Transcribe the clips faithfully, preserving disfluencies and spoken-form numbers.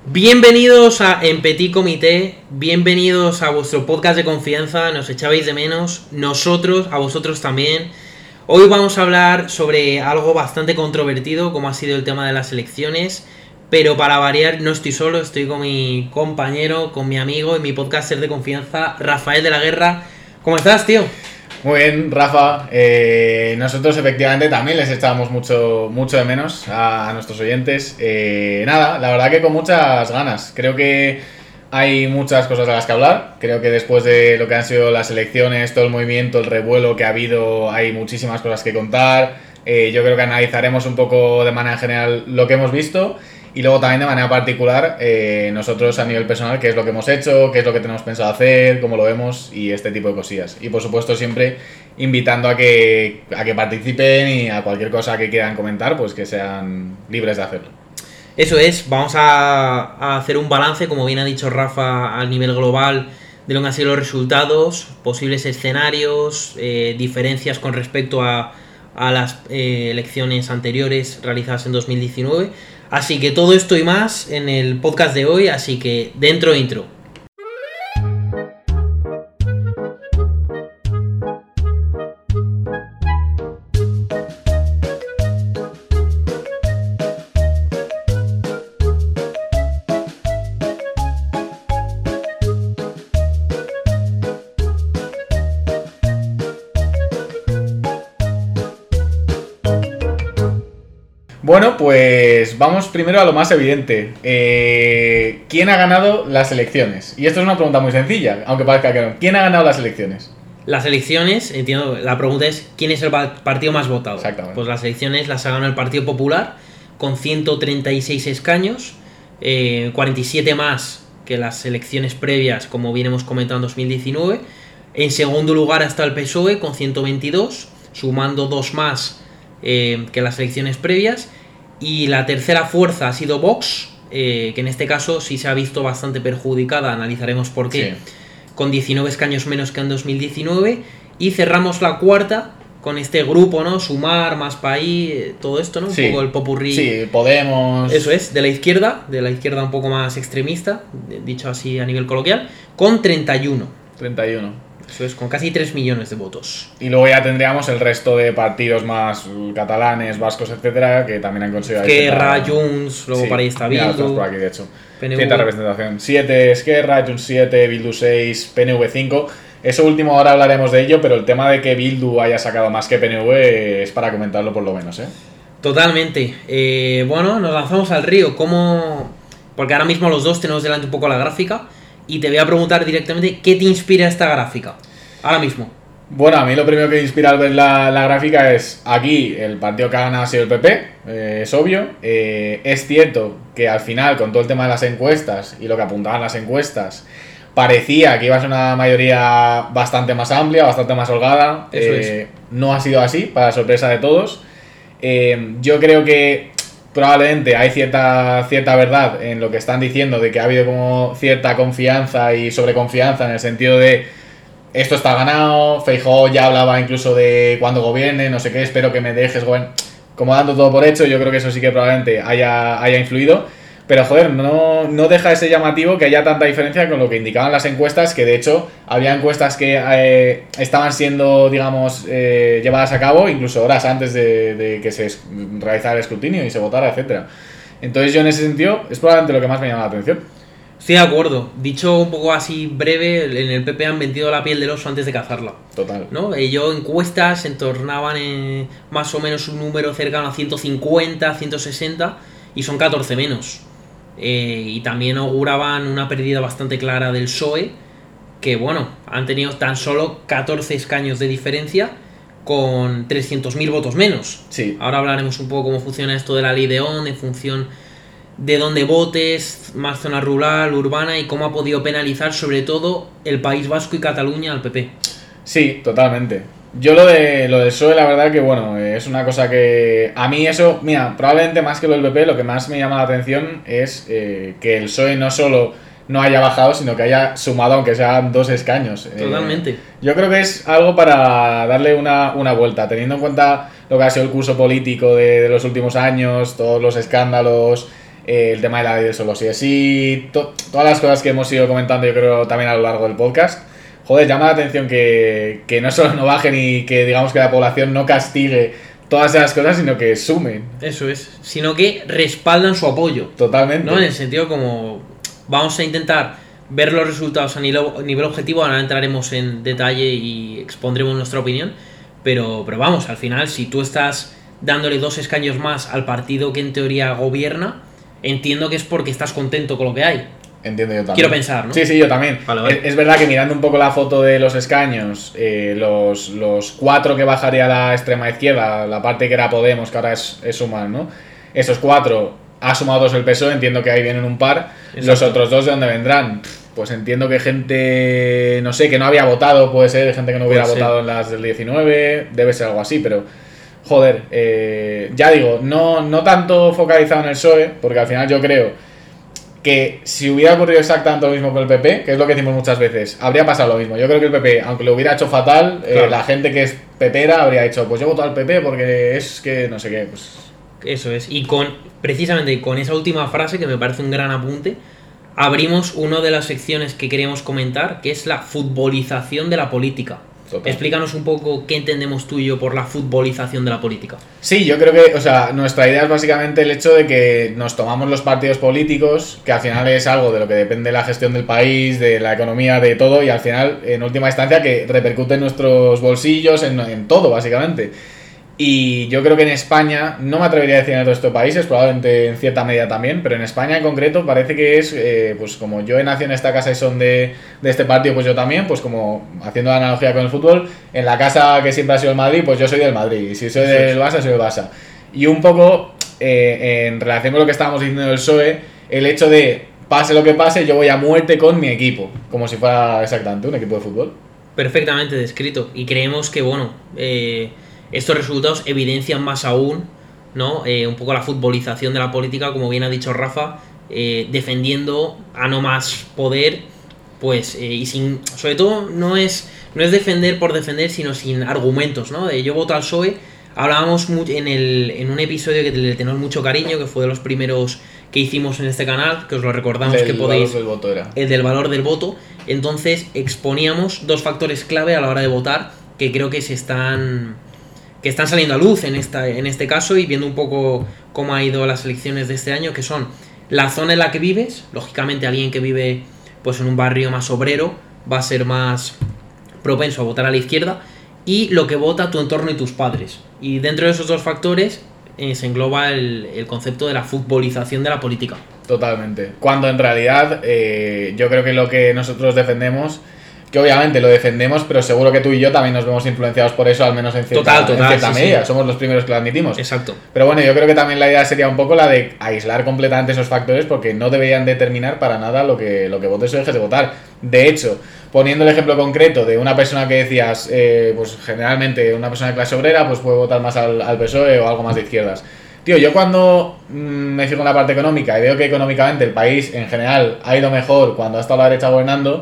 Bienvenidos a En Petit Comité, bienvenidos a vuestro podcast de confianza, nos echabais de menos, nosotros, a vosotros también. Hoy vamos a hablar sobre algo bastante controvertido, como ha sido el tema de las elecciones, pero para variar no estoy solo, estoy con mi compañero, con mi amigo y mi podcaster de confianza, Rafael de la Guerra. ¿Cómo estás, tío? Muy bien, Rafa. Eh, nosotros efectivamente también les echábamos mucho, mucho de menos a, a nuestros oyentes. Eh, nada, la verdad que con muchas ganas. Creo que hay muchas cosas de las que hablar. Creo que después de lo que han sido las elecciones, todo el movimiento, el revuelo que ha habido, hay muchísimas cosas que contar. Eh, yo creo que analizaremos un poco de manera general lo que hemos visto. Y luego también de manera particular, eh, nosotros a nivel personal, qué es lo que hemos hecho, qué es lo que tenemos pensado hacer, cómo lo vemos y este tipo de cosillas. Y por supuesto siempre invitando a que, a que participen y a cualquier cosa que quieran comentar, pues que sean libres de hacerlo. Eso es, vamos a, a hacer un balance, como bien ha dicho Rafa, a nivel global de lo que han sido los resultados, posibles escenarios, eh, diferencias con respecto a, a las eh, elecciones anteriores realizadas en dos mil diecinueve. Así que todo esto y más en el podcast de hoy, así que dentro intro. Bueno, pues vamos primero a lo más evidente. Eh, ¿Quién ha ganado las elecciones? Y esto es una pregunta muy sencilla, aunque parezca que no. ¿Quién ha ganado las elecciones? Las elecciones, entiendo, la pregunta es ¿quién es el partido más votado? Exactamente. Pues las elecciones las ha ganado el Partido Popular con ciento treinta y seis escaños, eh, cuarenta y siete más que las elecciones previas, como bien hemos comentado en dos mil diecinueve. En segundo lugar está el P S O E con ciento veintidós, sumando dos más eh, que las elecciones previas. Y la tercera fuerza ha sido Vox, eh, que en este caso sí se ha visto bastante perjudicada, analizaremos por qué, sí. Con diecinueve escaños menos que en dos mil diecinueve. Y cerramos la cuarta con este grupo, ¿no? Sumar, Más País, todo esto, ¿no? Un sí. poco el popurrí. Sí, Podemos. Eso es, de la izquierda, de la izquierda un poco más extremista, dicho así a nivel coloquial, con treinta y uno. treinta y uno. Eso es, con casi tres millones de votos. Y luego ya tendríamos el resto de partidos más catalanes, vascos, etcétera, que también han conseguido... Esquerra, Junts, luego sí, para ahí está Bildu... por aquí, de hecho. P N V. Cierta representación. siete Esquerra, Junts siete, Bildu seis, P N V cinco... Eso último ahora hablaremos de ello, pero el tema de que Bildu haya sacado más que P N V es para comentarlo por lo menos, ¿eh? Totalmente. Eh, bueno, nos lanzamos al río. ¿Cómo...? Porque ahora mismo los dos tenemos delante un poco la gráfica... Y te voy a preguntar directamente, ¿qué te inspira esta gráfica? Ahora mismo. Bueno, a mí lo primero que me inspira al ver la, la gráfica es, aquí el partido que ha ganado ha sido el P P, eh, es obvio. Eh, es cierto que al final, con todo el tema de las encuestas y lo que apuntaban las encuestas, parecía que iba a ser una mayoría bastante más amplia, bastante más holgada. Eso eh, es. No ha sido así, para sorpresa de todos. Eh, yo creo que... probablemente hay cierta, cierta verdad en lo que están diciendo de que ha habido como cierta confianza y sobreconfianza en el sentido de esto está ganado, Feijóo ya hablaba incluso de cuando gobierne, no sé qué, espero que me dejes gobernar, como dando todo por hecho. Yo creo que eso sí que probablemente haya, haya influido, pero joder, no, no deja de ser llamativo que haya tanta diferencia con lo que indicaban las encuestas, que de hecho había encuestas que eh, estaban siendo, digamos, eh, llevadas a cabo incluso horas antes de, de que se realizara el escrutinio y se votara, etcétera. Entonces yo en ese sentido es probablemente lo que más me llama la atención. Estoy de acuerdo. Dicho un poco así breve, en el P P han vendido la piel del oso antes de cazarla. Total. ¿No? Ellos encuestas se entornaban en más o menos un número cercano a ciento cincuenta, ciento sesenta y son catorce menos. Eh, y también auguraban una pérdida bastante clara del P S O E, que bueno, han tenido tan solo catorce escaños de diferencia con trescientos mil votos menos. Sí. Ahora hablaremos un poco cómo funciona esto de la ley de Ohm, en función de dónde votes, más zona rural, urbana, y cómo ha podido penalizar sobre todo el País Vasco y Cataluña al P P. Sí, totalmente. Yo lo de lo del P S O E, la verdad que bueno, es una cosa que a mí eso, mira, probablemente más que lo del P P, lo que más me llama la atención es eh, que el P S O E no solo no haya bajado, sino que haya sumado, aunque sean dos escaños. Totalmente. Eh, yo creo que es algo para darle una, una vuelta, teniendo en cuenta lo que ha sido el curso político de, de los últimos años, todos los escándalos, eh, el tema de la ley del solo sí es sí, to- todas las cosas que hemos ido comentando yo creo también a lo largo del podcast. Joder, llama la atención que, que no solo no bajen y que digamos que la población no castigue todas esas cosas, sino que sumen. Eso es, sino que respaldan su apoyo. Totalmente. ¿No? En el sentido como vamos a intentar ver los resultados a nivel, a nivel objetivo, ahora entraremos en detalle y expondremos nuestra opinión, pero, pero vamos, al final si tú estás dándole dos escaños más al partido que en teoría gobierna, entiendo que es porque estás contento con lo que hay. Entiendo yo también. Quiero pensar, ¿no? Sí, sí, yo también. Vale, vale. Es, es verdad que mirando un poco la foto de los escaños, eh, los, los cuatro que bajaría la extrema izquierda, la parte que era Podemos, que ahora es, es Sumar, ¿no? Esos cuatro, ha sumado dos el P S O E, entiendo que ahí vienen un par. Exacto. Los otros dos, ¿de dónde vendrán? Pues entiendo que gente, no sé, que no había votado, puede ser, gente que no hubiera Puede ser. votado en las del diecinueve, debe ser algo así, pero... Joder, eh, ya digo, no, no tanto focalizado en el P S O E, porque al final yo creo que si hubiera ocurrido exactamente lo mismo con el P P, que es lo que decimos muchas veces, habría pasado lo mismo. Yo creo que el P P, aunque lo hubiera hecho fatal, Claro. eh, la gente que es pepera habría dicho, pues yo voto al P P porque es que no sé qué, pues... Eso es, y con precisamente con esa última frase que me parece un gran apunte, abrimos una de las secciones que queríamos comentar, que es la futbolización de la política. Total. Explícanos un poco qué entendemos tú y yo por la futbolización de la política. Sí, yo creo que, o sea, nuestra idea es básicamente el hecho de que nos tomamos los partidos políticos, que al final es algo de lo que depende la gestión del país, de la economía, de todo, y al final, en última instancia, que repercute en nuestros bolsillos, en, en todo, básicamente. Y yo creo que en España, no me atrevería a decir en el resto de países, probablemente en cierta medida también, pero en España en concreto parece que es, eh, pues como yo he nacido en esta casa y son de, de este partido, pues yo también, pues como haciendo la analogía con el fútbol, en la casa que siempre ha sido el Madrid, pues yo soy del Madrid, y si soy del Barça, soy del Barça. Y un poco, eh, en relación con lo que estábamos diciendo del P S O E, el hecho de, pase lo que pase, yo voy a muerte con mi equipo, como si fuera exactamente un equipo de fútbol. Perfectamente descrito, y creemos que, bueno, eh, estos resultados evidencian más aún, ¿no? Eh, un poco la futbolización de la política, como bien ha dicho Rafa, eh, defendiendo a no más poder, pues, eh, y sin, sobre todo no es, no es defender por defender, sino sin argumentos, ¿no? De yo voto al P S O E. Hablábamos mu- en, el, en un episodio que le tenemos mucho cariño, que fue de los primeros que hicimos en este canal, que os lo recordamos Del que podéis... valor del voto era. El del valor del voto. Entonces exponíamos dos factores clave a la hora de votar que creo que se están que están saliendo a luz en esta en este caso, y viendo un poco cómo ha ido las elecciones de este año, que son la zona en la que vives. Lógicamente alguien que vive pues en un barrio más obrero va a ser más propenso a votar a la izquierda, y lo que vota tu entorno y tus padres. Y dentro de esos dos factores eh, se engloba el, el concepto de la futbolización de la política. Totalmente. Cuando en realidad eh, yo creo que lo que nosotros defendemos, que obviamente lo defendemos, pero seguro que tú y yo también nos vemos influenciados por eso, al menos en cierta, Total, total, en cierta sí, medida. sí. Somos los primeros que lo admitimos. Exacto. Pero bueno, yo creo que también la idea sería un poco la de aislar completamente esos factores, porque no deberían determinar para nada lo que, lo que votes o dejes de votar. De hecho, poniendo el ejemplo concreto de una persona que decías, eh, pues generalmente una persona de clase obrera pues puede votar más al, al P S O E o algo más de izquierdas. Tío, yo cuando mmm, me fijo en la parte económica y veo que económicamente el país en general ha ido mejor cuando ha estado la derecha gobernando,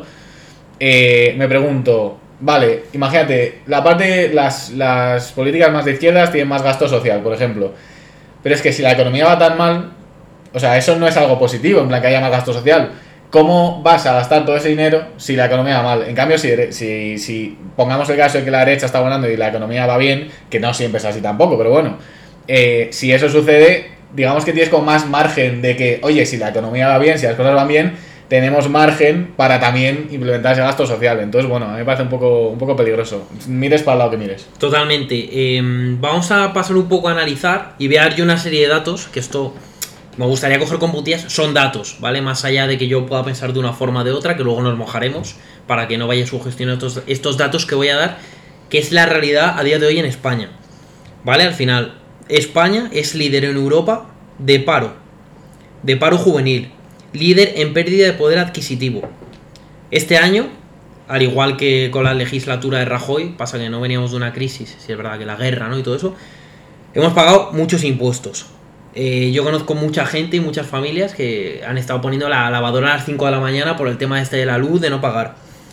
eh, me pregunto, vale, imagínate, la parte, las, las políticas más de izquierdas tienen más gasto social, por ejemplo. Pero es que si la economía va tan mal, o sea, eso no es algo positivo, en plan que haya más gasto social. ¿Cómo vas a gastar todo ese dinero si la economía va mal? En cambio, si, si, si pongamos el caso de que la derecha está ganando y la economía va bien, que no siempre es así tampoco, pero bueno, eh, si eso sucede, digamos que tienes como más margen de que, oye, si la economía va bien, si las cosas van bien, tenemos margen para también implementar ese gasto social. Entonces, bueno, a mí me parece un poco, un poco peligroso. Mires para el lado que mires. Totalmente. Eh, vamos a pasar un poco a analizar y voy a dar yo una serie de datos, que esto me gustaría coger con putillas, son datos, ¿vale? Más allá de que yo pueda pensar de una forma o de otra, que luego nos mojaremos para que no vaya sugestionando estos, estos datos que voy a dar, que es la realidad a día de hoy en España, ¿vale? Al final, España es líder en Europa de paro, de paro juvenil, líder en pérdida de poder adquisitivo. Este año, al igual que con la legislatura de Rajoy, pasa que no veníamos de una crisis, si es verdad que la guerra, ¿no? Y todo eso, hemos pagado muchos impuestos. Eh, yo conozco mucha gente y muchas familias que han estado poniendo la lavadora a las cinco de la mañana por el tema este de la luz, de no pagar.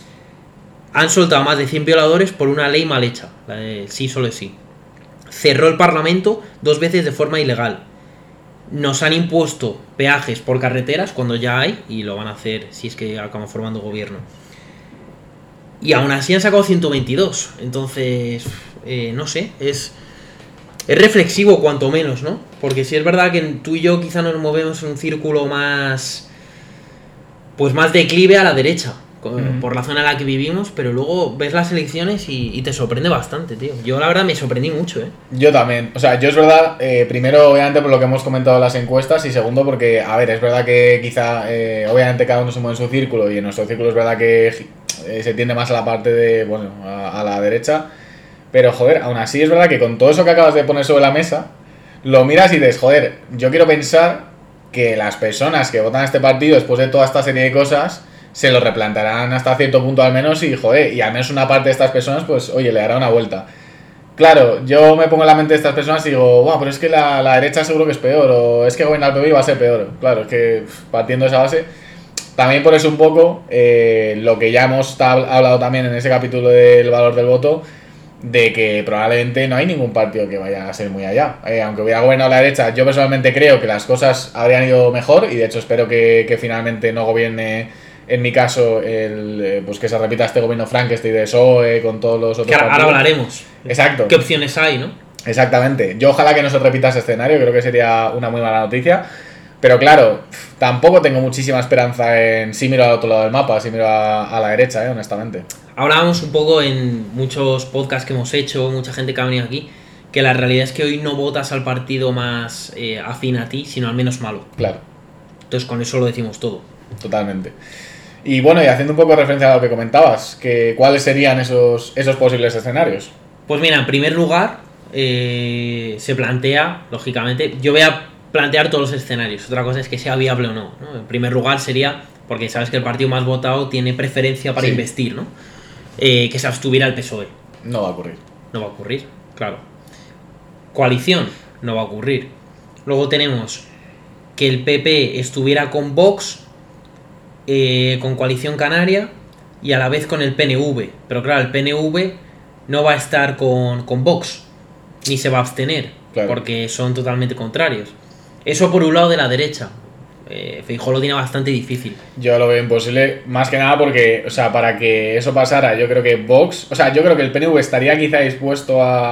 Han soltado más de cien violadores por una ley mal hecha, la de sí solo es sí. Cerró el Parlamento dos veces de forma ilegal. nos han impuesto peajes por carreteras cuando ya hay, y lo van a hacer si es que acaban formando gobierno. Y aún así han sacado ciento veintidós. Entonces, eh, no sé, es, es reflexivo cuanto menos, ¿no? Porque si es verdad que tú y yo quizá nos movemos en un círculo más, pues más declive a la derecha, uh-huh. por la zona en la que vivimos, pero luego ves las elecciones y, y te sorprende bastante, tío. Yo la verdad me sorprendí mucho, ¿eh? Yo también. O sea, yo es verdad, eh, primero obviamente por lo que hemos comentado en las encuestas y segundo porque, a ver, es verdad que quizá, eh, obviamente cada uno se mueve en su círculo y en nuestro círculo es verdad que eh, se tiende más a la parte de, bueno, a, a la derecha, pero joder, aún así es verdad que con todo eso que acabas de poner sobre la mesa, lo miras y dices, joder, yo quiero pensar que las personas que votan a este partido después de toda esta serie de cosas se lo replantarán hasta cierto punto al menos y joder, y al menos una parte de estas personas pues oye, le dará una vuelta. Claro, yo me pongo en la mente de estas personas y digo, bueno, pero es que la, la derecha seguro que es peor, o es que gobernar el P P va a ser peor. Claro, es que partiendo de esa base, también por eso un poco eh, lo que ya hemos tab- hablado también en ese capítulo del valor del voto, de que probablemente no hay ningún partido que vaya a ser muy allá. Eh, aunque hubiera gobernado la derecha, yo personalmente creo que las cosas habrían ido mejor y de hecho espero que, que finalmente no gobierne, en mi caso, el, pues que se repita este gobierno Frankenstein de P S O E con todos los otros que ahora, partidos. Ahora hablaremos. Exacto. ¿Qué opciones hay, no? Exactamente. Yo ojalá que no se repita ese escenario, creo que sería una muy mala noticia. Pero claro, tampoco tengo muchísima esperanza en si miro al otro lado del mapa, si miro a, a la derecha, eh, honestamente. Hablábamos un poco en muchos podcasts que hemos hecho, mucha gente que ha venido aquí, que la realidad es que hoy no votas al partido más eh, afín a ti, sino al menos malo. Claro. Entonces con eso lo decimos todo. Totalmente. Y bueno, y haciendo un poco de referencia a lo que comentabas, que ¿cuáles serían esos, esos posibles escenarios? Pues mira, en primer lugar, eh, se plantea, lógicamente, yo voy a plantear todos los escenarios, otra cosa es que sea viable o no, ¿no? En primer lugar sería, porque sabes que el partido más votado tiene preferencia para sí. investir, ¿no? Eh, que se abstuviera el P S O E. No va a ocurrir. No va a ocurrir, claro. Coalición, no va a ocurrir. Luego tenemos que el P P estuviera con Vox, eh, con Coalición Canaria y a la vez con el P N V. Pero claro, el P N V no va a estar con, con Vox, ni se va a abstener, claro. porque son totalmente contrarios. Eso por un lado de la derecha. Eh, Feijóo lo tiene bastante difícil. Yo lo veo imposible, más que nada porque, o sea, para que eso pasara, yo creo que Vox, o sea, yo creo que el P N V estaría quizá dispuesto a,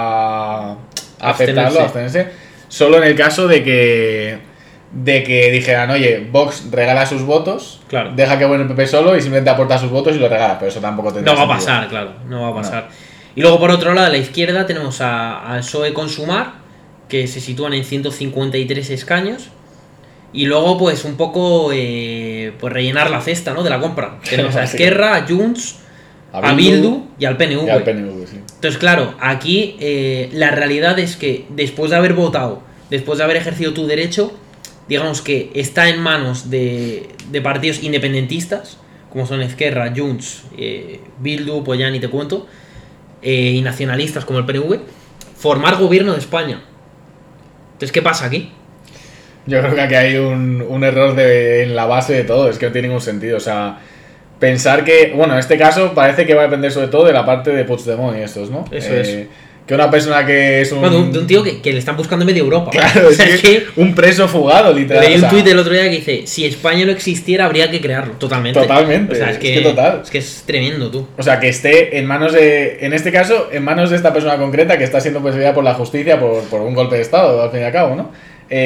a, a aceptarlo, a abstenerse, solo en el caso de que de que dijeran, oye, Vox regala sus votos, claro. deja que vuelva el P P solo y simplemente aporta sus votos y lo regala, pero eso tampoco tendrá No va a sentido. pasar, claro, no va a pasar. No. Y luego por otro lado, a la izquierda tenemos a, al P S O E con Sumar, que se sitúan en ciento cincuenta y tres escaños. Y luego, pues, un poco eh, pues rellenar la cesta, ¿no? De la compra. Tenemos a Esquerra, a Junts, a Bildu y al P N V. Y al P N V, sí. Entonces, claro, aquí eh, la realidad es que después de haber votado, después de haber ejercido tu derecho, digamos que está en manos de, de partidos independentistas, como son Esquerra, Junts, eh, Bildu, pues ya ni te cuento, eh, y nacionalistas como el P N V, formar gobierno de España. Entonces, ¿qué pasa aquí? Yo creo que aquí hay un, un error de, en la base de todo, es que no tiene ningún sentido, o sea, pensar que, bueno, en este caso parece que va a depender sobre todo de la parte de Puigdemont y estos, ¿no? Eso eh, es. Que una persona que es un... Bueno, de un, de un tío que, que le están buscando en medio Europa. Claro, o sea, es que un preso fugado, literal. Leí un o sea, tuit el otro día que dice, si España no existiera habría que crearlo, totalmente. Totalmente, o sea, es, que, es que total. Es que es tremendo, tú. O sea, que esté en manos de, en este caso, en manos de esta persona concreta que está siendo perseguida por la justicia por, por un golpe de Estado, al fin y al cabo, ¿no?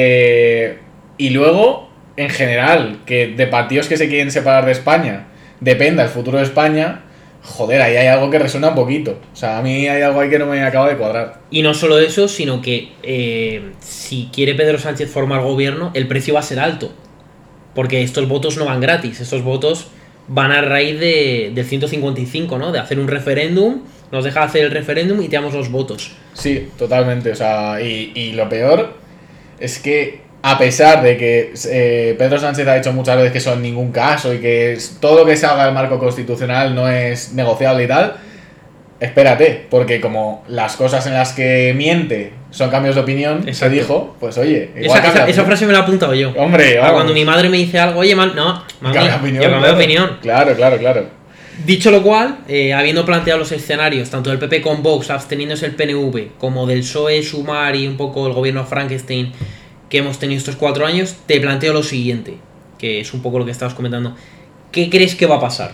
Eh... Y luego, en general, que de partidos que se quieren separar de España dependa el futuro de España, joder, ahí hay algo que resuena un poquito. O sea, a mí hay algo ahí que no me acaba de cuadrar. Y no solo eso, sino que eh, si quiere Pedro Sánchez formar gobierno, el precio va a ser alto. Porque estos votos no van gratis, estos votos van a raíz de, del ciento cincuenta y cinco, ¿no? De hacer un referéndum, nos deja hacer el referéndum y te damos los votos. Sí, totalmente. O sea, y, y lo peor es que a pesar de que eh, Pedro Sánchez ha dicho muchas veces que eso en ningún caso y que todo lo que se haga del marco constitucional no es negociable y tal, espérate, porque como las cosas en las que miente son cambios de opinión, Exacto. se dijo, pues oye, igual esa, esa, esa frase me la he apuntado yo. Hombre, vamos. Cuando mi madre me dice algo, oye, man, no, mami, cambia opinión, yo cambio claro. de opinión. Claro, claro, claro. Dicho lo cual, eh, habiendo planteado los escenarios, tanto del P P con Vox, absteniéndose el P N V, como del P S O E, Sumar y un poco el gobierno Frankenstein, que hemos tenido estos cuatro años, te planteo lo siguiente, que es un poco lo que estabas comentando. ¿Qué crees que va a pasar?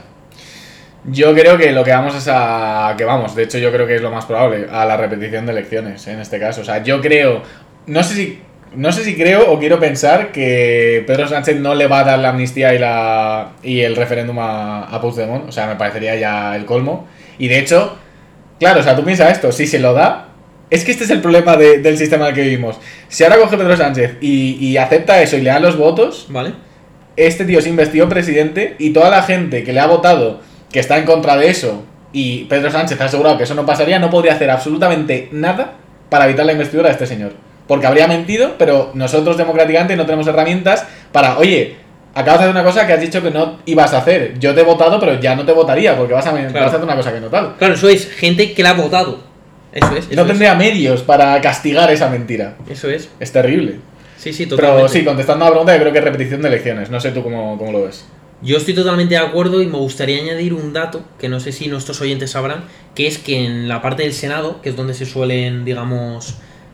Yo creo que lo que vamos es a... que vamos, de hecho yo creo que es lo más probable, a la repetición de elecciones, en este caso. O sea, yo creo... No sé si... No sé si creo o quiero pensar que Pedro Sánchez no le va a dar la amnistía y la y el referéndum a, a Puigdemont. O sea, me parecería ya el colmo. Y de hecho, claro, o sea, tú piensas esto, si se lo da... Es que este es el problema de, del sistema en el que vivimos. Si ahora coge Pedro Sánchez y, y acepta eso y le dan los votos, ¿vale? Este tío se investió presidente y toda la gente que le ha votado, que está en contra de eso, y Pedro Sánchez ha asegurado que eso no pasaría, no podría hacer absolutamente nada para evitar la investidura de este señor. Porque habría mentido, pero nosotros democráticamente no tenemos herramientas para, oye, acabas de hacer una cosa que has dicho que no ibas a hacer. Yo te he votado, pero ya no te votaría porque vas a, claro. vas a hacer una cosa que no tal. Claro, eso es gente que la ha votado. Eso es. Eso no tendría es. medios para castigar esa mentira. Eso es. Es terrible. Sí, sí, totalmente. Pero sí, contestando a la pregunta, yo creo que es repetición de elecciones. No sé tú cómo, cómo lo ves. Yo estoy totalmente de acuerdo y me gustaría añadir un dato que no sé si nuestros oyentes sabrán, que es que en la parte del Senado, que es donde se suelen, digamos,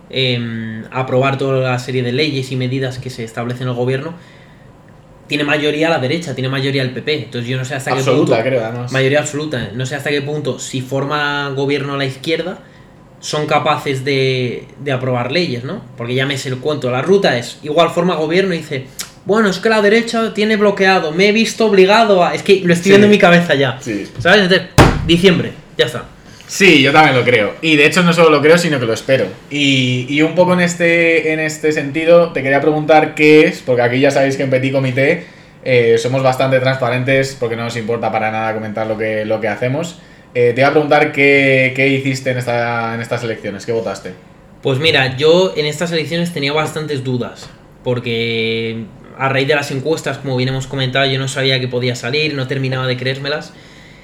eh, aprobar toda la serie de leyes y medidas que se establecen en el gobierno, tiene mayoría la derecha, tiene mayoría el P P. Entonces yo no sé hasta absoluta, qué punto... creo, además. Mayoría absoluta. No sé hasta qué punto, si forma gobierno a la izquierda, son capaces de, de aprobar leyes, ¿no? Porque ya me sé el cuento. La ruta es, igual forma gobierno y dice... Bueno, es que la derecha tiene bloqueado, me he visto obligado a... Es que lo estoy sí, viendo en mi cabeza ya. Sí. ¿Sabes? Entonces, diciembre, ya está. Sí, yo también lo creo. Y de hecho no solo lo creo, sino que lo espero. Y, y un poco en este, en este sentido, te quería preguntar qué es, porque aquí ya sabéis que en Petit Comité eh, somos bastante transparentes, porque no nos importa para nada comentar lo que, lo que hacemos. Eh, te iba a preguntar qué, qué hiciste en, esta, en estas elecciones, qué votaste. Pues mira, yo en estas elecciones tenía bastantes dudas, porque... A raíz de las encuestas, como bien hemos comentado, yo no sabía que podía salir, no terminaba de creérmelas.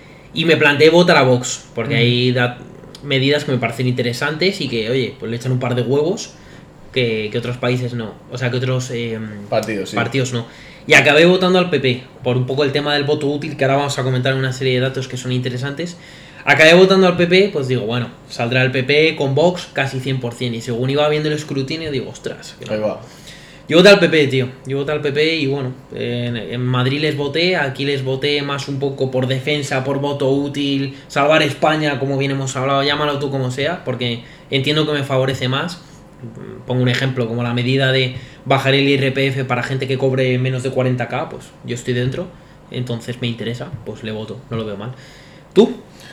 Y me planteé votar a Vox, porque mm. hay da- medidas que me parecen interesantes y que, oye, pues le echan un par de huevos que, que otros países no. O sea, que otros eh, partidos, sí. partidos no. Y acabé votando al P P, por un poco el tema del voto útil, que ahora vamos a comentar una serie de datos que son interesantes. Acabé votando al P P, pues digo, bueno, saldrá el P P con Vox casi cien por ciento. Y según iba viendo el escrutinio, digo, ostras. Que no. Ahí va. Yo voté al P P, tío. Yo voté al P P y bueno, en, en Madrid les voté, aquí les voté más un poco por defensa, por voto útil, salvar España, como bien hemos hablado, llámalo tú como sea, porque entiendo que me favorece más. Pongo un ejemplo, como la medida de bajar el I R P F para gente que cobre menos de cuarenta k, pues yo estoy dentro, entonces me interesa, pues le voto, no lo veo mal. ¿Tú?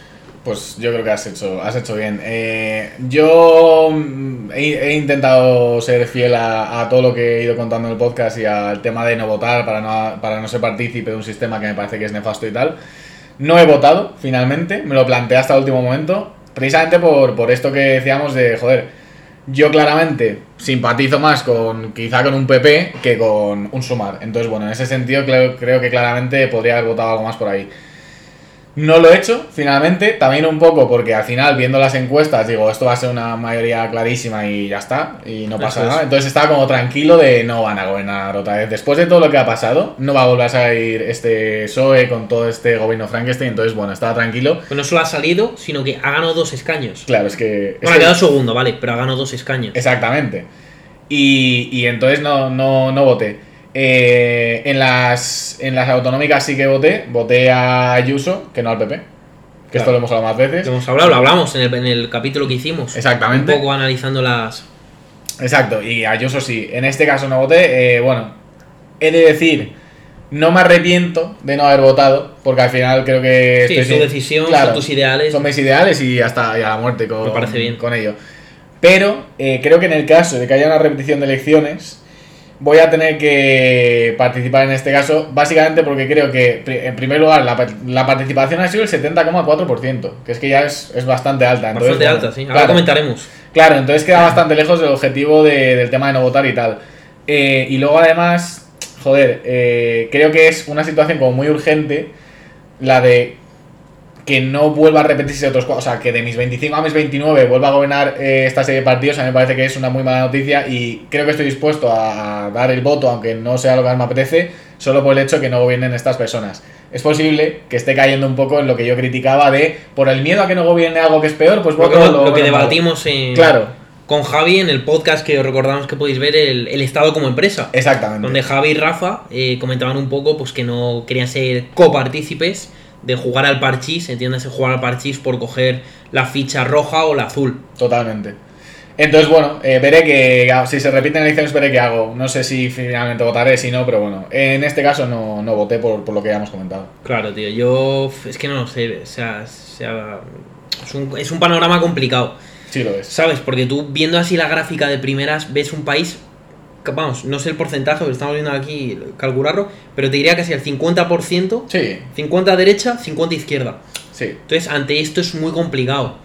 Pues yo creo que has hecho, has hecho bien. Eh, yo he, he intentado ser fiel a, a todo lo que he ido contando en el podcast y al tema de no votar para no, para no ser partícipe de un sistema que me parece que es nefasto y tal. No he votado, finalmente, me lo planteé hasta el último momento, precisamente por, por esto que decíamos de, joder, yo claramente simpatizo más con quizá con un P P que con un Sumar. Entonces, bueno, en ese sentido creo, creo que claramente podría haber votado algo más por ahí. No lo he hecho, finalmente, también un poco porque al final, viendo las encuestas, digo, esto va a ser una mayoría clarísima y ya está, y no pasa nada. Entonces estaba como tranquilo de no van a gobernar otra vez. Después de todo lo que ha pasado, no va a volver a salir este P S O E con todo este gobierno Frankenstein, entonces bueno, estaba tranquilo. Pues no solo ha salido, sino que ha ganado dos escaños. Claro, es que... Bueno, ha quedado segundo, vale, pero ha ganado dos escaños. Exactamente. Y, y entonces no, no, no voté. Eh, en las en las autonómicas sí que voté, voté a Ayuso, que no al P P, que claro. Esto lo hemos hablado más veces. Lo hemos hablado, lo hablamos en el, en el capítulo que hicimos. Exactamente. Un poco analizando las... Exacto, y a Ayuso sí. En este caso no voté, eh, bueno, he de decir, no me arrepiento de no haber votado, porque al final creo que... Sí, es tu decisión, claro, son tus ideales. Son mis ideales y hasta y a la muerte con, me parece bien. Con ello. Pero eh, creo que en el caso de que haya una repetición de elecciones... Voy a tener que participar en este caso, básicamente porque creo que, en primer lugar, la, la participación ha sido el setenta coma cuatro por ciento, que es que ya es, es bastante alta. Entonces, bastante bueno, alta, sí. Ahora claro, comentaremos. Claro, entonces queda bastante lejos del objetivo de, del tema de no votar y tal. Eh, y luego, además, joder, eh, creo que es una situación como muy urgente la de que no vuelva a repetirse otros cuatro, o sea, que de mis veinticinco a mis veintinueve vuelva a gobernar eh, esta serie de partidos. A mí me parece que es una muy mala noticia y creo que estoy dispuesto a dar el voto, aunque no sea lo que más me apetece, solo por el hecho de que no gobiernen estas personas. Es posible que esté cayendo un poco en lo que yo criticaba de, por el miedo a que no gobierne algo que es peor, pues voto lo, lo, lo que debatimos en... Claro, con Javi en el podcast que os recordamos que podéis ver, el, el Estado como empresa. Exactamente. Donde Javi y Rafa eh, comentaban un poco pues que no querían ser copartícipes de jugar al parchís, entiéndase jugar al parchís por coger la ficha roja o la azul. Totalmente. Entonces, bueno, eh, veré que si se repiten elecciones veré qué hago. No sé si finalmente votaré, si no, pero bueno, en este caso no, no voté por, por lo que ya hemos comentado. Claro, tío, yo es que no lo sé, o sea, o sea es, un, es un panorama complicado. Sí lo es. ¿Sabes? Porque tú viendo así la gráfica de primeras ves un país, vamos, no sé el porcentaje, pero estamos viendo aquí calcularlo, pero te diría casi el cincuenta por ciento, sí. cincuenta derecha, cincuenta izquierda. Sí. Entonces, ante esto es muy complicado.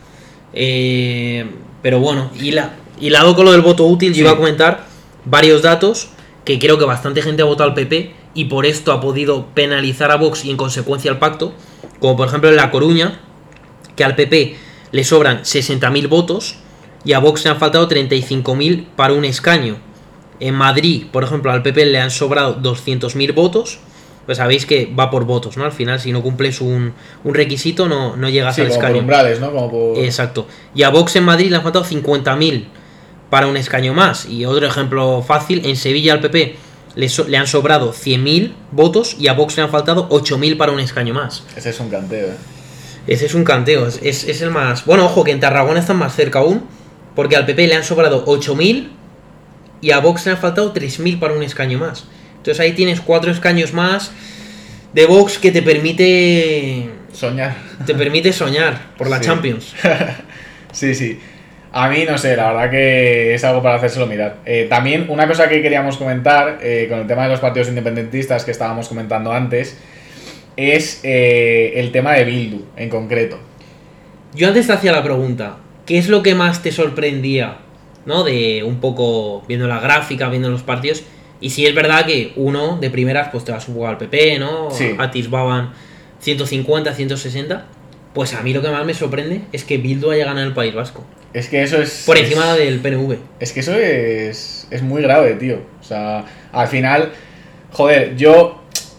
Eh, pero bueno, y la, hilado con lo del voto útil, sí. Yo iba a comentar varios datos que creo que bastante gente ha votado al P P y por esto ha podido penalizar a Vox y en consecuencia al pacto, como por ejemplo en La Coruña, que al P P le sobran sesenta mil votos y a Vox le han faltado treinta y cinco mil para un escaño. En Madrid, por ejemplo, al P P le han sobrado doscientos mil votos. Pues sabéis que va por votos, ¿no? Al final, si no cumples un, un requisito, no, no llegas sí, al como escaño. Por umbrales, ¿no? Como por... Exacto. Y a Vox en Madrid le han faltado cincuenta mil para un escaño más. Y otro ejemplo fácil, en Sevilla al P P le, so, le han sobrado cien mil votos y a Vox le han faltado ocho mil para un escaño más. Ese es un canteo, ¿eh? Ese es un canteo, es, es, es el más... Bueno, ojo, que en Tarragona están más cerca aún, porque al P P le han sobrado ocho mil y a Vox le han faltado tres mil para un escaño más. Entonces ahí tienes cuatro escaños más de Vox que te permite... Soñar. Te permite soñar por la sí. Champions. sí, sí. A mí, no sé, la verdad que es algo para hacérselo mirar. Eh, también una cosa que queríamos comentar, eh, con el tema de los partidos independentistas que estábamos comentando antes, es eh, el tema de Bildu, en concreto. Yo antes te hacía la pregunta, ¿qué es lo que más te sorprendía, ¿no? De un poco viendo la gráfica, viendo los partidos, y si es verdad que uno de primeras pues te vas a jugar al P P, ¿no? Sí. Atisbaban ciento cincuenta, ciento sesenta, pues a mí lo que más me sorprende es que Bildu haya ganado el País Vasco. Es que eso es... Por encima es, del P N V. Es que eso es, es muy grave, tío. O sea, al final, joder, yo...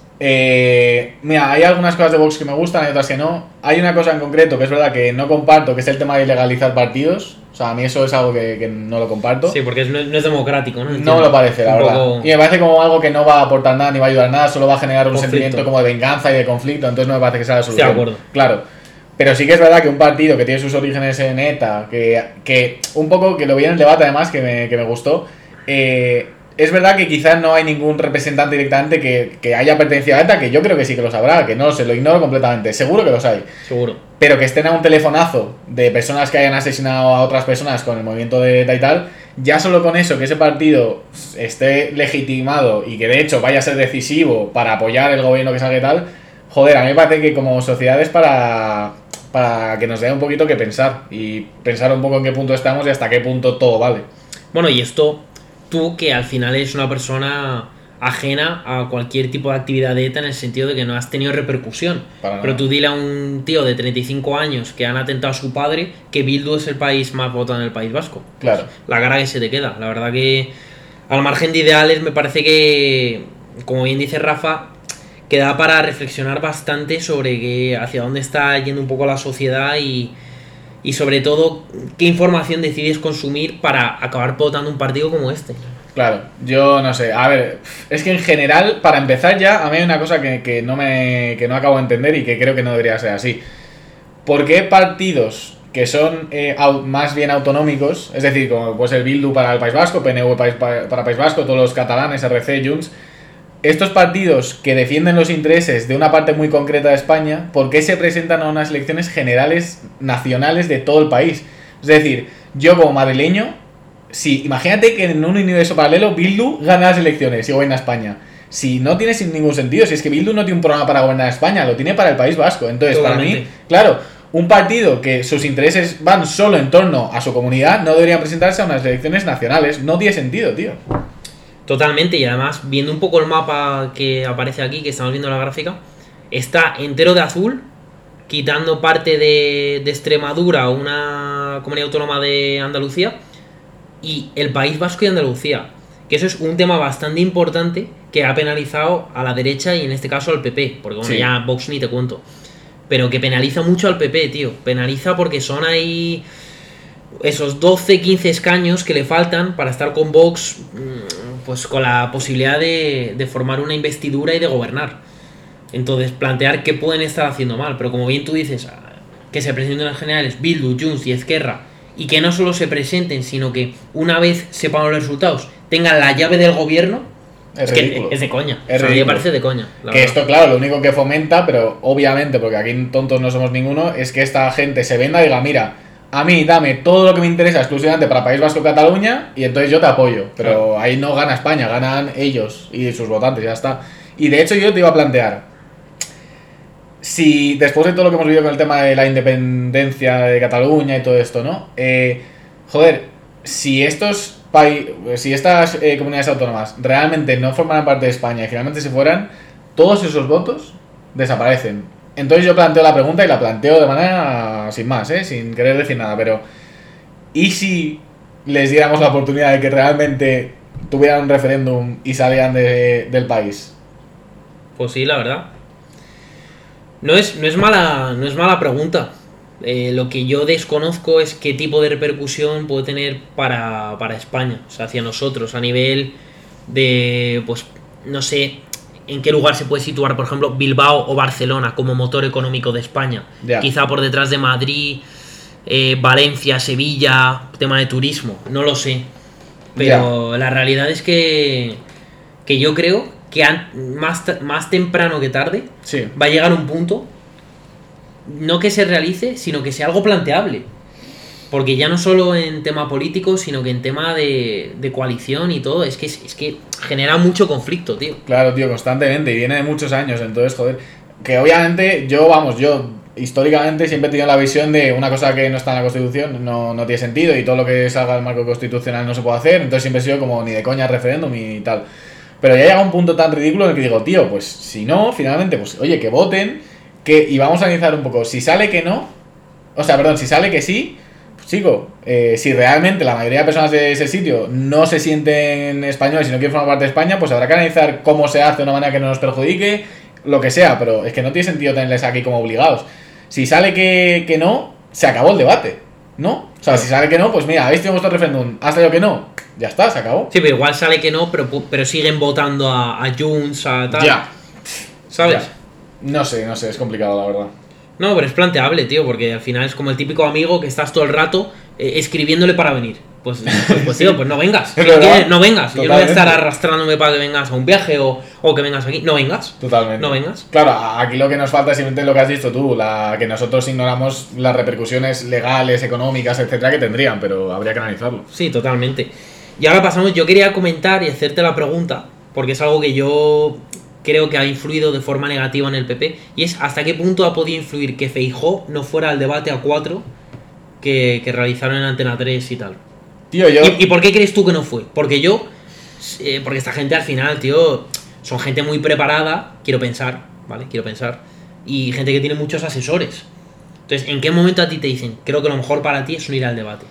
Eh, mira, hay algunas cosas de Vox que me gustan, hay otras que no. Hay una cosa en concreto que es verdad que no comparto, que es el tema de ilegalizar partidos. O sea, a mí eso es algo que, que no lo comparto. Sí, porque no es, no es democrático, ¿no? Entiendo. No me lo parece, la un verdad. Poco... Y me parece como algo que no va a aportar nada ni va a ayudar nada, solo va a generar un conflicto. Sentimiento como de venganza y de conflicto, entonces no me parece que sea la solución. Estoy de acuerdo. Claro. Pero sí que es verdad que un partido que tiene sus orígenes en ETA, que, que un poco, que lo vi en el debate además, que me, que me gustó, eh, es verdad que quizás no hay ningún representante directamente que, que haya pertenecido a ETA, que yo creo que sí que los habrá, que no, se lo ignoro completamente, seguro que los hay. Seguro. Pero que estén a un telefonazo de personas que hayan asesinado a otras personas con el movimiento de ETA y tal, ya solo con eso, que ese partido esté legitimado y que de hecho vaya a ser decisivo para apoyar el gobierno que salga y tal, joder, a mí me parece que como sociedad es para... para que nos dé un poquito que pensar y pensar un poco en qué punto estamos y hasta qué punto todo vale. Bueno, y esto, tú que al final eres una persona ajena a cualquier tipo de actividad de ETA en el sentido de que no has tenido repercusión. Para Pero nada. Tú dile a un tío de treinta y cinco años que han atentado a su padre que Bildu es el país más votado en el País Vasco. Claro. Pues la cara que se te queda. La verdad que al margen de ideales me parece que, como bien dice Rafa, queda para reflexionar bastante sobre que hacia dónde está yendo un poco la sociedad y, y sobre todo qué información decides consumir para acabar votando un partido como este. Claro, yo no sé, a ver, es que en general, para empezar ya, a mí hay una cosa que, que, no, me, que no acabo de entender y que creo que no debería ser así. ¿Por qué partidos que son eh, más bien autonómicos, es decir, como pues el Bildu para el País Vasco, P N V para, para País Vasco, todos los catalanes, R C, Junts, estos partidos que defienden los intereses de una parte muy concreta de España, ¿por qué se presentan a unas elecciones generales nacionales de todo el país? Es decir, yo como madrileño, si imagínate que en un universo paralelo Bildu gana las elecciones y gobierna España. Si no tiene sin ningún sentido, si es que Bildu no tiene un programa para gobernar España, lo tiene para el País Vasco. Entonces, Totalmente. Para mí, claro, un partido que sus intereses van solo en torno a su comunidad no debería presentarse a unas elecciones nacionales. No tiene sentido, tío. Totalmente, y además, viendo un poco el mapa que aparece aquí, que estamos viendo en la gráfica, está entero de azul, quitando parte de, de Extremadura, una comunidad autónoma de Andalucía, y el País Vasco y Andalucía. Que eso es un tema bastante importante que ha penalizado a la derecha y en este caso al P P, porque bueno, sí. ya Vox ni te cuento. Pero que penaliza mucho al P P, tío. Penaliza porque son ahí esos doce quince escaños que le faltan para estar con Vox, pues con la posibilidad de, de formar una investidura y de gobernar. Entonces, plantear qué pueden estar haciendo mal. Pero como bien tú dices, que se presenten las generales Bildu, Junts y Esquerra, y que no solo se presenten, sino que una vez sepan los resultados, tengan la llave del gobierno, es, es ridículo. que es de coña. Es o sea, me parece de coña. Que verdad. esto, claro, lo único que fomenta, pero obviamente, porque aquí tontos no somos ninguno, es que esta gente se venda y diga, mira, a mí dame todo lo que me interesa exclusivamente para País Vasco y Cataluña y entonces yo te apoyo. Pero claro, ahí no gana España, ganan ellos y sus votantes, ya está. Y de hecho yo te iba a plantear, si después de todo lo que hemos vivido con el tema de la independencia de Cataluña y todo esto, ¿no? Eh, joder, si estos países, si estas eh, comunidades autónomas realmente no formaran parte de España y finalmente se fueran, todos esos votos desaparecen. Entonces yo planteo la pregunta y la planteo de manera sin más, ¿eh? Sin querer decir nada, pero ¿y si les diéramos la oportunidad de que realmente tuvieran un referéndum y salieran de, del país? Pues sí, la verdad. No es, no es mala, no es mala pregunta. Eh, lo que yo desconozco es qué tipo de repercusión puede tener para, para España, o sea, hacia nosotros, a nivel de, pues, no sé, en qué lugar se puede situar, por ejemplo, Bilbao o Barcelona como motor económico de España. Yeah. Quizá por detrás de Madrid, eh, Valencia, Sevilla, tema de turismo, no lo sé. Pero yeah. la realidad es que, que yo creo que más, más temprano que tarde sí. va a llegar un punto, no que se realice, sino que sea algo planteable. Porque ya no solo en tema político, sino que en tema de, de coalición y todo, es que, es que genera mucho conflicto, tío. Claro, tío, constantemente, y viene de muchos años, entonces, joder, que obviamente yo, vamos, yo históricamente siempre he tenido la visión de una cosa que no está en la Constitución, no, no tiene sentido, y todo lo que salga del marco constitucional no se puede hacer, entonces siempre he sido como ni de coña referéndum y tal. Pero ya llega un punto tan ridículo en el que digo, tío, pues si no, finalmente, pues oye, que voten, que y vamos a analizar un poco, si sale que no, o sea, perdón, si sale que sí, pues chico, eh, si realmente la mayoría de personas de ese sitio no se sienten españoles y no quieren formar parte de España, pues habrá que analizar cómo se hace de una manera que no nos perjudique, lo que sea, pero es que no tiene sentido tenerles aquí como obligados. Si sale que, que no, se acabó el debate, ¿no? O sea, si sale que no, pues mira, habéis tenido vuestro referéndum, has salido que no, ya está, se acabó. Sí, pero igual sale que no, pero, pero siguen votando a, a Junts, a tal. Ya. ¿Sabes? Ya. No sé, no sé, es complicado la verdad. No, pero es planteable, tío, porque al final es como el típico amigo que estás todo el rato eh, escribiéndole para venir. Pues, pues, pues tío, pues no vengas. Si no, quieres, no vengas. Totalmente. Yo no voy a estar arrastrándome para que vengas a un viaje o, o que vengas aquí. No vengas. Totalmente. No vengas. Claro, aquí lo que nos falta es simplemente lo que has dicho tú, la que nosotros ignoramos las repercusiones legales, económicas, etcétera, que tendrían, pero habría que analizarlo. Sí, totalmente. Y ahora pasamos, yo quería comentar y hacerte la pregunta, porque es algo que yo creo que ha influido de forma negativa en el P P, y es hasta qué punto ha podido influir que Feijóo no fuera al debate a cuatro que, que realizaron en Antena tres y tal. Tío, yo... ¿Y, ¿Y por qué crees tú que no fue? Porque yo, eh, porque esta gente al final, tío, son gente muy preparada, quiero pensar, ¿vale? Quiero pensar, y gente que tiene muchos asesores. Entonces, ¿en qué momento a ti te dicen, creo que lo mejor para ti es no ir al debate?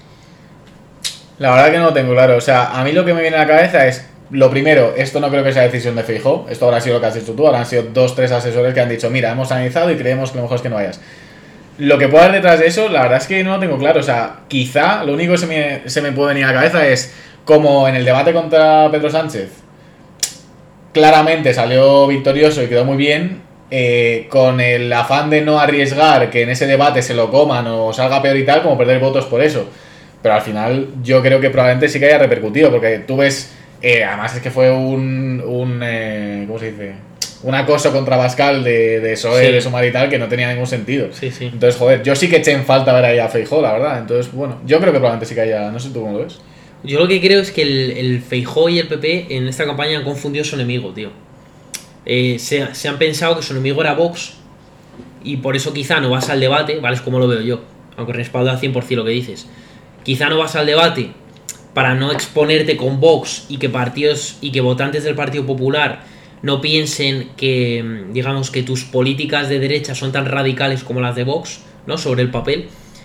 La verdad que no lo tengo claro, o sea, a mí lo que me viene a la cabeza es, lo primero, esto no creo que sea decisión de Feijóo, esto habrá sido lo que has dicho tú, habrán sido dos, tres asesores que han dicho, mira, hemos analizado y creemos que lo mejor es que no vayas. Lo que pueda haber detrás de eso, la verdad es que no lo tengo claro, o sea, quizá lo único que se me, se me puede venir a la cabeza es, como en el debate contra Pedro Sánchez, claramente salió victorioso y quedó muy bien, eh, con el afán de no arriesgar que en ese debate se lo coman o salga peor y tal, como perder votos por eso. Pero al final yo creo que probablemente sí que haya repercutido, porque tú ves... Eh, además es que fue un, un eh, ¿cómo se dice? Un acoso contra Bascal de, de P S O E, sí. de Sumar y tal, que no tenía ningún sentido. Sí, sí. Entonces, joder, yo sí que eché en falta ver ahí a Feijóo, la verdad. Entonces, bueno, yo creo que probablemente sí que haya, no sé tú cómo lo ves. Yo lo que creo es que el, el Feijóo y el P P en esta campaña han confundido su enemigo, tío. Eh, se, se han pensado que su enemigo era Vox y por eso quizá no vas al debate, ¿vale? Es como lo veo yo, aunque respaldo al cien por ciento lo que dices. Quizá no vas al debate para no exponerte con Vox y que partidos y que votantes del Partido Popular no piensen que, digamos, que tus políticas de derecha son tan radicales como las de Vox, ¿no? Sobre el papel.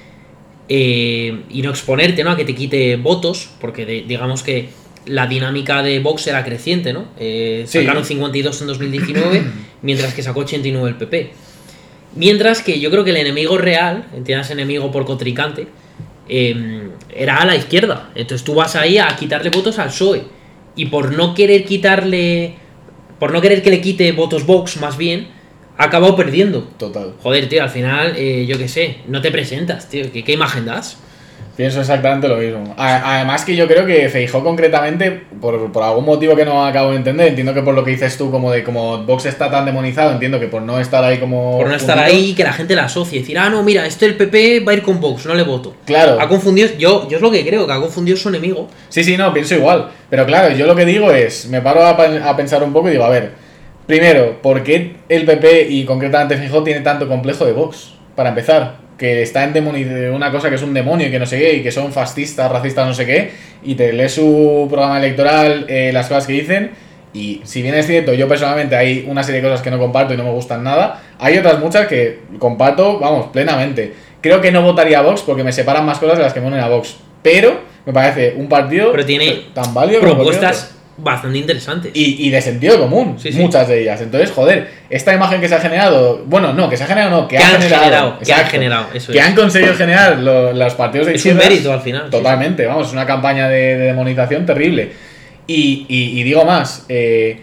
Eh, y no exponerte, ¿no? A que te quite votos, porque de, digamos que la dinámica de Vox era creciente, ¿no? Eh, sí. Sacaron cincuenta y dos en dos mil diecinueve, mientras que sacó ochenta y nueve el P P. Mientras que yo creo que el enemigo real, entiendas enemigo por contrincante, eh, era a la izquierda. Entonces tú vas ahí a quitarle votos al P S O E. Y por no querer quitarle... Por no querer que le quite votos Vox, más bien, ha acabado perdiendo. Total. Joder, tío, al final, eh, yo qué sé, no te presentas, tío. ¿Qué, qué imagen das? Pienso exactamente lo mismo. Además que yo creo que Feijóo concretamente, por, por algún motivo que no acabo de entender, entiendo que por lo que dices tú, como de como Vox está tan demonizado, entiendo que por no estar ahí como... Por no estar puntito, ahí, que la gente la asocie. Decir, ah, no, mira, este el P P va a ir con Vox, no le voto. Claro. Ha confundido, yo, yo es lo que creo, que ha confundido su enemigo. Sí, sí, no, pienso igual. Pero claro, yo lo que digo es, me paro a, a pensar un poco y digo, a ver, primero, ¿por qué el P P y concretamente Feijóo tiene tanto complejo de Vox? Para empezar, que está en demoni- una cosa que es un demonio y que no sé qué, y que son fascistas, racistas, no sé qué, y te lees su programa electoral, eh, las cosas que dicen, y si bien es cierto, yo personalmente hay una serie de cosas que no comparto y no me gustan nada, hay otras muchas que comparto, vamos, plenamente. Creo que no votaría a Vox porque me separan más cosas de las que me unen a Vox, pero me parece un partido Pero tiene tan válido como cualquier propuestas otro. bastante interesantes. Y, y de sentido común, Sí, sí. muchas de ellas. Entonces, joder, esta imagen que se ha generado, bueno, no, que se ha generado, no, que, Que ha han generado, generado, que han exacto, generado, eso que es. han conseguido generar lo- los partidos de Es un izquierdas. mérito al final. sí, Totalmente, vamos, es una campaña de, de demonización terrible. Y, y- y digo más, eh,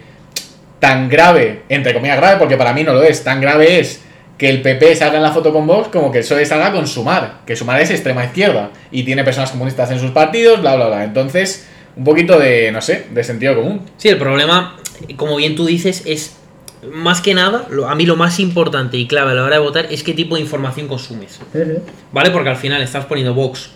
tan grave, entre comillas grave, porque para mí no lo es, tan grave es que el P P salga en la foto con Vox como que el P S O E salga con Sumar, que Sumar es extrema izquierda y tiene personas comunistas en sus partidos, bla, bla, bla. Entonces, un poquito de, no sé, de sentido común. Sí, el problema, como bien tú dices, es más que nada, lo- a mí lo más importante y clave a la hora de votar es qué tipo de información consumes. ¿Vale? Porque al final estás poniendo Vox,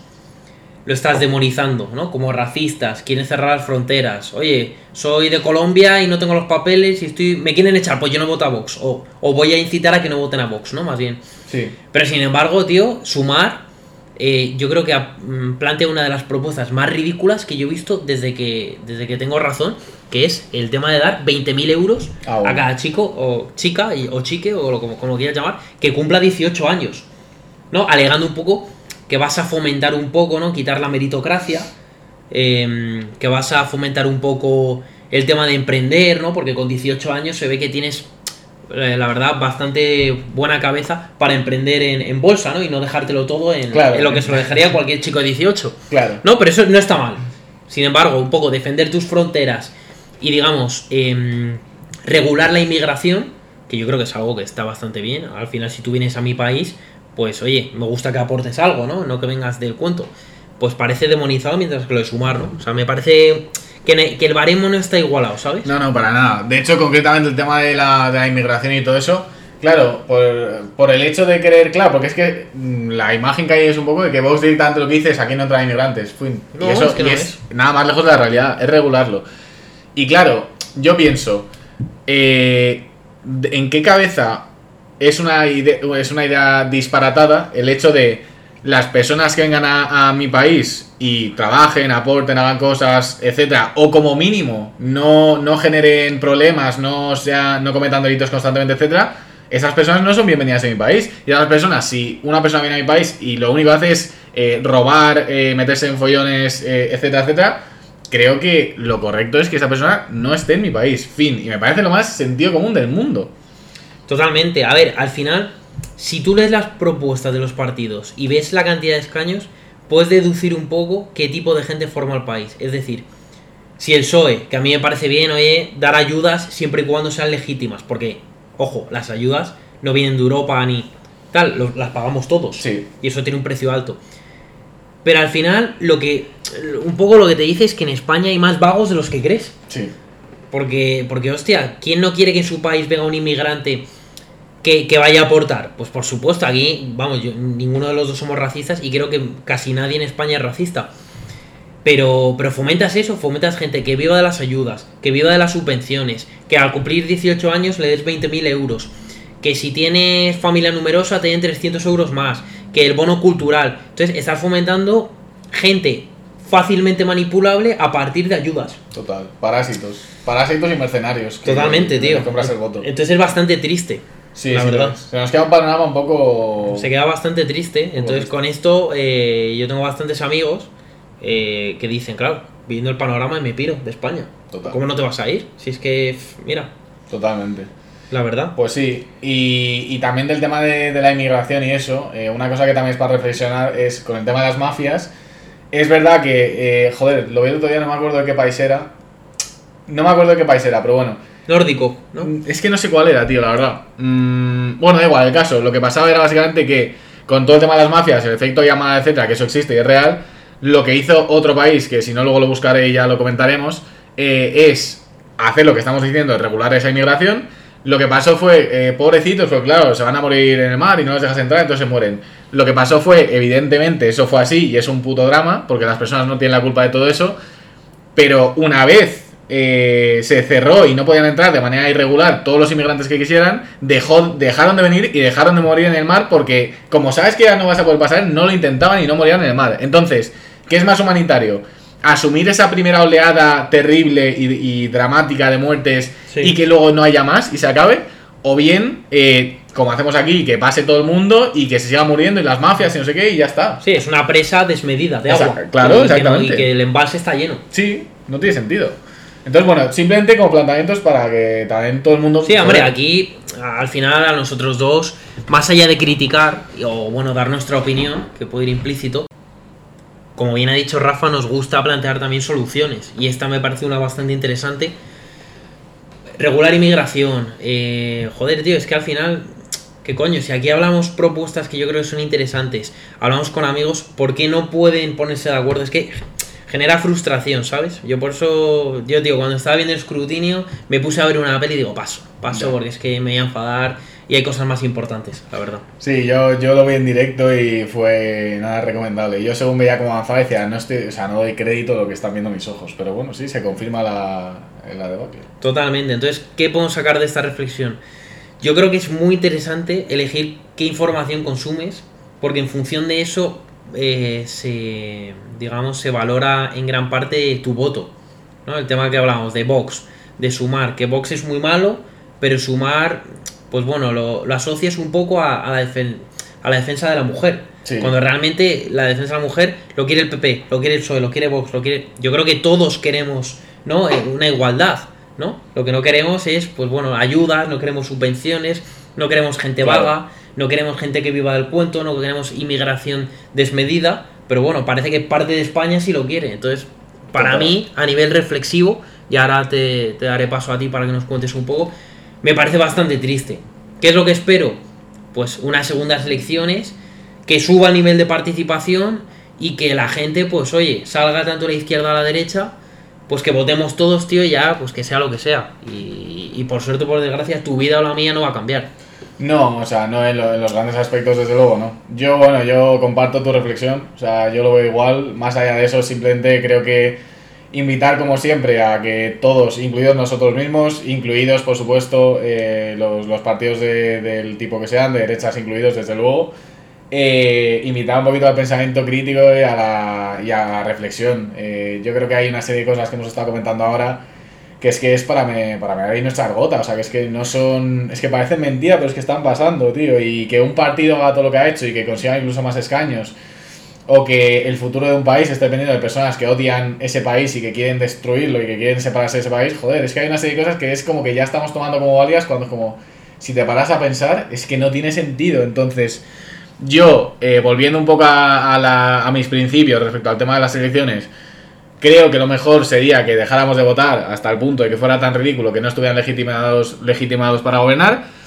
lo estás demonizando, ¿no? Como racistas, quieren cerrar las fronteras. Oye, soy de Colombia y no tengo los papeles y estoy me quieren echar, pues yo no voto a Vox. O, o voy a incitar a que no voten a Vox, ¿no? Más bien. Sí. Pero sin embargo, tío, Sumar, eh, yo creo que ha- mm, plantea una de las propuestas más ridículas que yo he visto desde que, desde que tengo razón, que es el tema de dar veinte mil euros Ah, bueno. a cada chico o chica y- o chique, o lo, como, como lo quieras llamar, que cumpla dieciocho años, ¿no? Alegando un poco que vas a fomentar un poco, ¿no? Quitar la meritocracia, eh, que vas a fomentar un poco el tema de emprender, ¿no? Porque con dieciocho años se ve que tienes, eh, la verdad, bastante buena cabeza para emprender en, en bolsa, ¿no? Y no dejártelo todo en, Claro. en lo que se lo dejaría cualquier chico de dieciocho. Claro. No, pero eso no está mal. Sin embargo, un poco defender tus fronteras y, digamos, em, regular la inmigración, que yo creo que es algo que está bastante bien. Al final, si tú vienes a mi país, pues oye, me gusta que aportes algo, ¿no? No que vengas del cuento. Pues parece demonizado mientras que lo de Sumar, ¿no? O sea, me parece que, ne- que el baremo no está igualado, ¿sabes? No, no, para nada. De hecho, concretamente el tema de la, de la inmigración y todo eso, claro, por, por el hecho de querer, claro, porque es que mm, la imagen que hay es un poco de que Vox directamente lo que dice es aquí no trae inmigrantes. Fin. No, y eso es que no y es. es nada más lejos de la realidad, es regularlo. Y claro, yo pienso, eh, de- ¿en qué cabeza es una, ide- es una idea disparatada el hecho de las personas que vengan a, a mi país y trabajen, aporten, hagan cosas, etcétera, o como mínimo no, no generen problemas, no, sea, no cometan delitos constantemente, etcétera, esas personas no son bienvenidas en mi país? Y esas personas, si una persona viene a mi país y lo único que hace es eh, robar, eh, meterse en follones, eh, etcétera, etcétera, creo que lo correcto es que esa persona no esté en mi país. Fin. Y me parece lo más sentido común del mundo. Totalmente. A ver, al final, si tú lees las propuestas de los partidos y ves la cantidad de escaños, puedes deducir un poco qué tipo de gente forma el país. Es decir, si el P S O E, que a mí me parece bien, oye, dar ayudas siempre y cuando sean legítimas, porque, ojo, las ayudas no vienen de Europa ni tal, lo- las pagamos todos. Sí. Y eso tiene un precio alto. Pero al final, lo que un poco lo que te dice es que en España hay más vagos de los que crees. Sí. Porque, porque, hostia, ¿quién no quiere que en su país venga un inmigrante que, que vaya a aportar? Pues por supuesto, aquí, vamos, yo, ninguno de los dos somos racistas y creo que casi nadie en España es racista. Pero, pero fomentas eso, fomentas gente que viva de las ayudas, que viva de las subvenciones, que al cumplir dieciocho años le des veinte mil euros, que si tienes familia numerosa te den trescientos euros más, que el bono cultural. Entonces estás fomentando gente fácilmente manipulable a partir de ayudas. Total. Parásitos. Parásitos y mercenarios. que- Totalmente, que tío. les compras el voto. Entonces es bastante triste. Sí, la sí, verdad. Se nos queda un panorama un poco... Se queda bastante triste. Entonces triste. con esto eh, yo tengo bastantes amigos eh, que dicen, claro, viendo el panorama me piro de España. Total. ¿Cómo no te vas a ir? Si es que, pff, mira. Totalmente. la verdad. Pues sí, y, y también del tema de, de la inmigración y eso, eh, una cosa que también es para reflexionar es con el tema de las mafias. Es verdad que, eh, joder, lo vi el otro día, no me acuerdo de qué país era. No me acuerdo de qué país era, pero bueno. Nórdico, ¿no? Es que no sé cuál era, tío, la verdad. Mm, bueno, da igual, el caso. Lo que pasaba era básicamente que con todo el tema de las mafias, el efecto llamada, etcétera, que eso existe y es real, lo que hizo otro país, que si no luego lo buscaré y ya lo comentaremos, eh, es hacer lo que estamos diciendo, regular esa inmigración. Lo que pasó fue, eh, pobrecitos, pues claro, se van a morir en el mar y no los dejas entrar, entonces se mueren. Lo que pasó fue, evidentemente, eso fue así y es un puto drama, porque las personas no tienen la culpa de todo eso, pero una vez eh, se cerró y no podían entrar de manera irregular todos los inmigrantes que quisieran, dejó, dejaron de venir y dejaron de morir en el mar porque, como sabes que ya no vas a poder pasar, no lo intentaban y no morían en el mar. Entonces, ¿qué es más humanitario? Asumir esa primera oleada terrible y, y dramática de muertes, sí, y que luego no haya más y se acabe, o bien, eh, como hacemos aquí, que pase todo el mundo y que se siga muriendo y las mafias y no sé qué y ya está. Sí, es una presa desmedida de agua. Exacto, claro, y exactamente. Que no, y que el embalse está lleno. Sí, no tiene sentido. Entonces, bueno, simplemente como planteamientos para que también todo el mundo... Sí, hombre, aquí, al final, a nosotros dos, más allá de criticar, o bueno, dar nuestra opinión, que puede ir implícito, como bien ha dicho Rafa, nos gusta plantear también soluciones. Y esta me parece una bastante interesante. Regular inmigración. Eh, joder, tío, es que al final... ¿Qué coño? Si aquí hablamos propuestas que yo creo que son interesantes, hablamos con amigos, ¿por qué no pueden ponerse de acuerdo? Es que genera frustración, ¿sabes? Yo por eso... Yo, tío, cuando estaba viendo el escrutinio, me puse a ver una peli y digo, paso, paso, ya, porque es que me voy a enfadar... Y hay cosas más importantes, la verdad. Sí, yo, yo lo vi en directo y fue nada recomendable. Yo según veía cómo avanzaba decía, no estoy, o sea, no doy crédito a lo que están viendo mis ojos. Pero bueno, sí, se confirma la, la debacle. Totalmente. Entonces, ¿qué podemos sacar de esta reflexión? Yo creo que es muy interesante elegir qué información consumes, porque en función de eso eh, se, digamos, se valora en gran parte tu voto, ¿no? El tema que hablábamos de Vox, de Sumar, que Vox es muy malo, pero Sumar... pues bueno, lo, lo asocias un poco a, a, la defen- a la defensa de la mujer. Sí. Cuando realmente la defensa de la mujer lo quiere el P P, lo quiere el P S O E, lo quiere Vox, lo quiere... Yo creo que todos queremos, ¿no?, una igualdad, ¿no? Lo que no queremos es, pues bueno, ayudas, no queremos subvenciones, no queremos gente claro. vaga, no queremos gente que viva del cuento, no queremos inmigración desmedida, pero bueno, parece que parte de España sí lo quiere. Entonces, para Total. mí, a nivel reflexivo, y ahora te, te daré paso a ti para que nos cuentes un poco... Me parece bastante triste. ¿Qué es lo que espero? Pues unas segundas elecciones, que suba el nivel de participación y que la gente, pues oye, salga tanto a la izquierda a la derecha, pues que votemos todos, tío, y ya, pues que sea lo que sea. Y, y por suerte, por desgracia, tu vida o la mía no va a cambiar. No, o sea, no en, lo, en los grandes aspectos, desde luego, no. Yo, bueno, yo comparto tu reflexión, o sea, yo lo veo igual. Más allá de eso, simplemente creo que invitar, como siempre, a que todos, incluidos nosotros mismos, incluidos, por supuesto, eh, los, los partidos de, del tipo que sean, de derechas incluidos, desde luego, eh, invitar un poquito al pensamiento crítico y a la, y a la reflexión. Eh, yo creo que hay una serie de cosas que hemos estado comentando ahora que es que es para me, para me y no echar gota, o sea, que es que no son... Es que parecen mentiras, pero es que están pasando, tío, y que un partido haga todo lo que ha hecho y que consiga incluso más escaños, o que el futuro de un país esté dependiendo de personas que odian ese país y que quieren destruirlo y que quieren separarse de ese país, joder, es que hay una serie de cosas que es como que ya estamos tomando como válidas cuando es como, si te paras a pensar, es que no tiene sentido. Entonces, yo, eh, volviendo un poco a, a, la, a mis principios respecto al tema de las elecciones, creo que lo mejor sería que dejáramos de votar hasta el punto de que fuera tan ridículo que no estuvieran legitimados, legitimados para gobernar.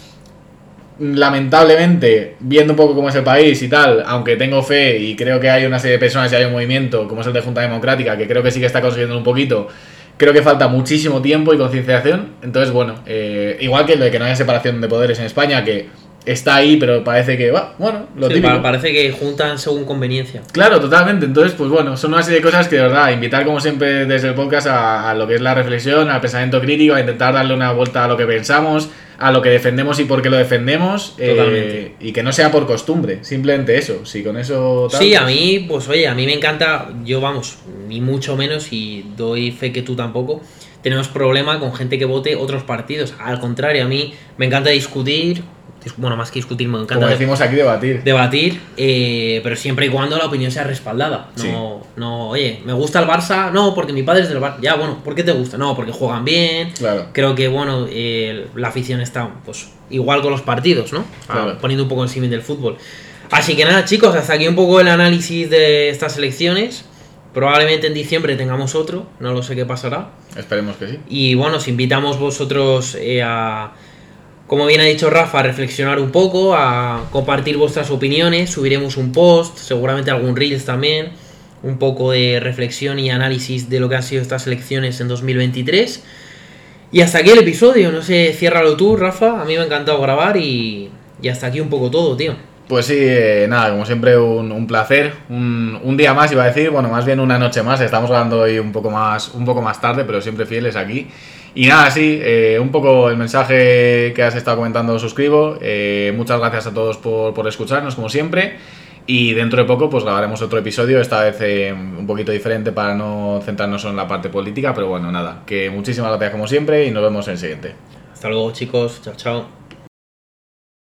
Lamentablemente, viendo un poco cómo es el país y tal, aunque tengo fe y creo que hay una serie de personas y hay un movimiento como es el de Junta Democrática, que creo que sí que está consiguiendo un poquito, creo que falta muchísimo tiempo y concienciación. Entonces, bueno, eh, igual que lo de que no haya separación de poderes en España, que está ahí, pero parece que va, bueno, lo sí, típico. Parece que juntan según conveniencia. Claro, totalmente. Entonces, pues bueno, son una serie de cosas que de verdad, invitar como siempre desde el podcast a, a lo que es la reflexión, al pensamiento crítico, a intentar darle una vuelta a lo que pensamos, a lo que defendemos y por qué lo defendemos, eh, y que no sea por costumbre, simplemente eso, si con eso tal, sí, pues... a mí, pues oye, a mí me encanta, yo vamos, ni mucho menos, y doy fe que tú tampoco, tenemos problema con gente que vote otros partidos. Al contrario, a mí me encanta discutir, bueno, más que discutir, me encanta Como decimos aquí, debatir. debatir, eh, pero siempre y cuando la opinión sea respaldada. No, Sí. no, oye, me gusta el Barça, no, porque mi padre es del Barça. Ya, bueno, ¿por qué te gusta? No, porque juegan bien. Claro. Creo que, bueno, eh, la afición está, pues, igual con los partidos, ¿no? Claro. Ah, poniendo un poco el símil del fútbol. Así que nada, chicos, hasta aquí un poco el análisis de estas elecciones. Probablemente en diciembre tengamos otro, no lo sé qué pasará. Esperemos que sí. Y bueno, os invitamos vosotros eh, a, como bien ha dicho Rafa, a reflexionar un poco, a compartir vuestras opiniones. Subiremos un post, seguramente algún Reels también. Un poco de reflexión y análisis de lo que han sido estas elecciones en dos mil veintitrés. Y hasta aquí el episodio, no sé, ciérralo tú, Rafa. A mí me ha encantado grabar y, y hasta aquí un poco todo, tío. Pues sí, eh, nada, como siempre un, un placer, un, un día más iba a decir, bueno, más bien una noche más, estamos grabando hoy un poco más, un poco más tarde, pero siempre fieles aquí. Y nada, sí, eh, un poco el mensaje que has estado comentando suscribo, eh, muchas gracias a todos por, por escucharnos como siempre, y dentro de poco pues grabaremos otro episodio, esta vez eh, un poquito diferente para no centrarnos en la parte política, pero bueno, nada, que muchísimas gracias como siempre y nos vemos en el siguiente. Hasta luego, chicos, chao, chao.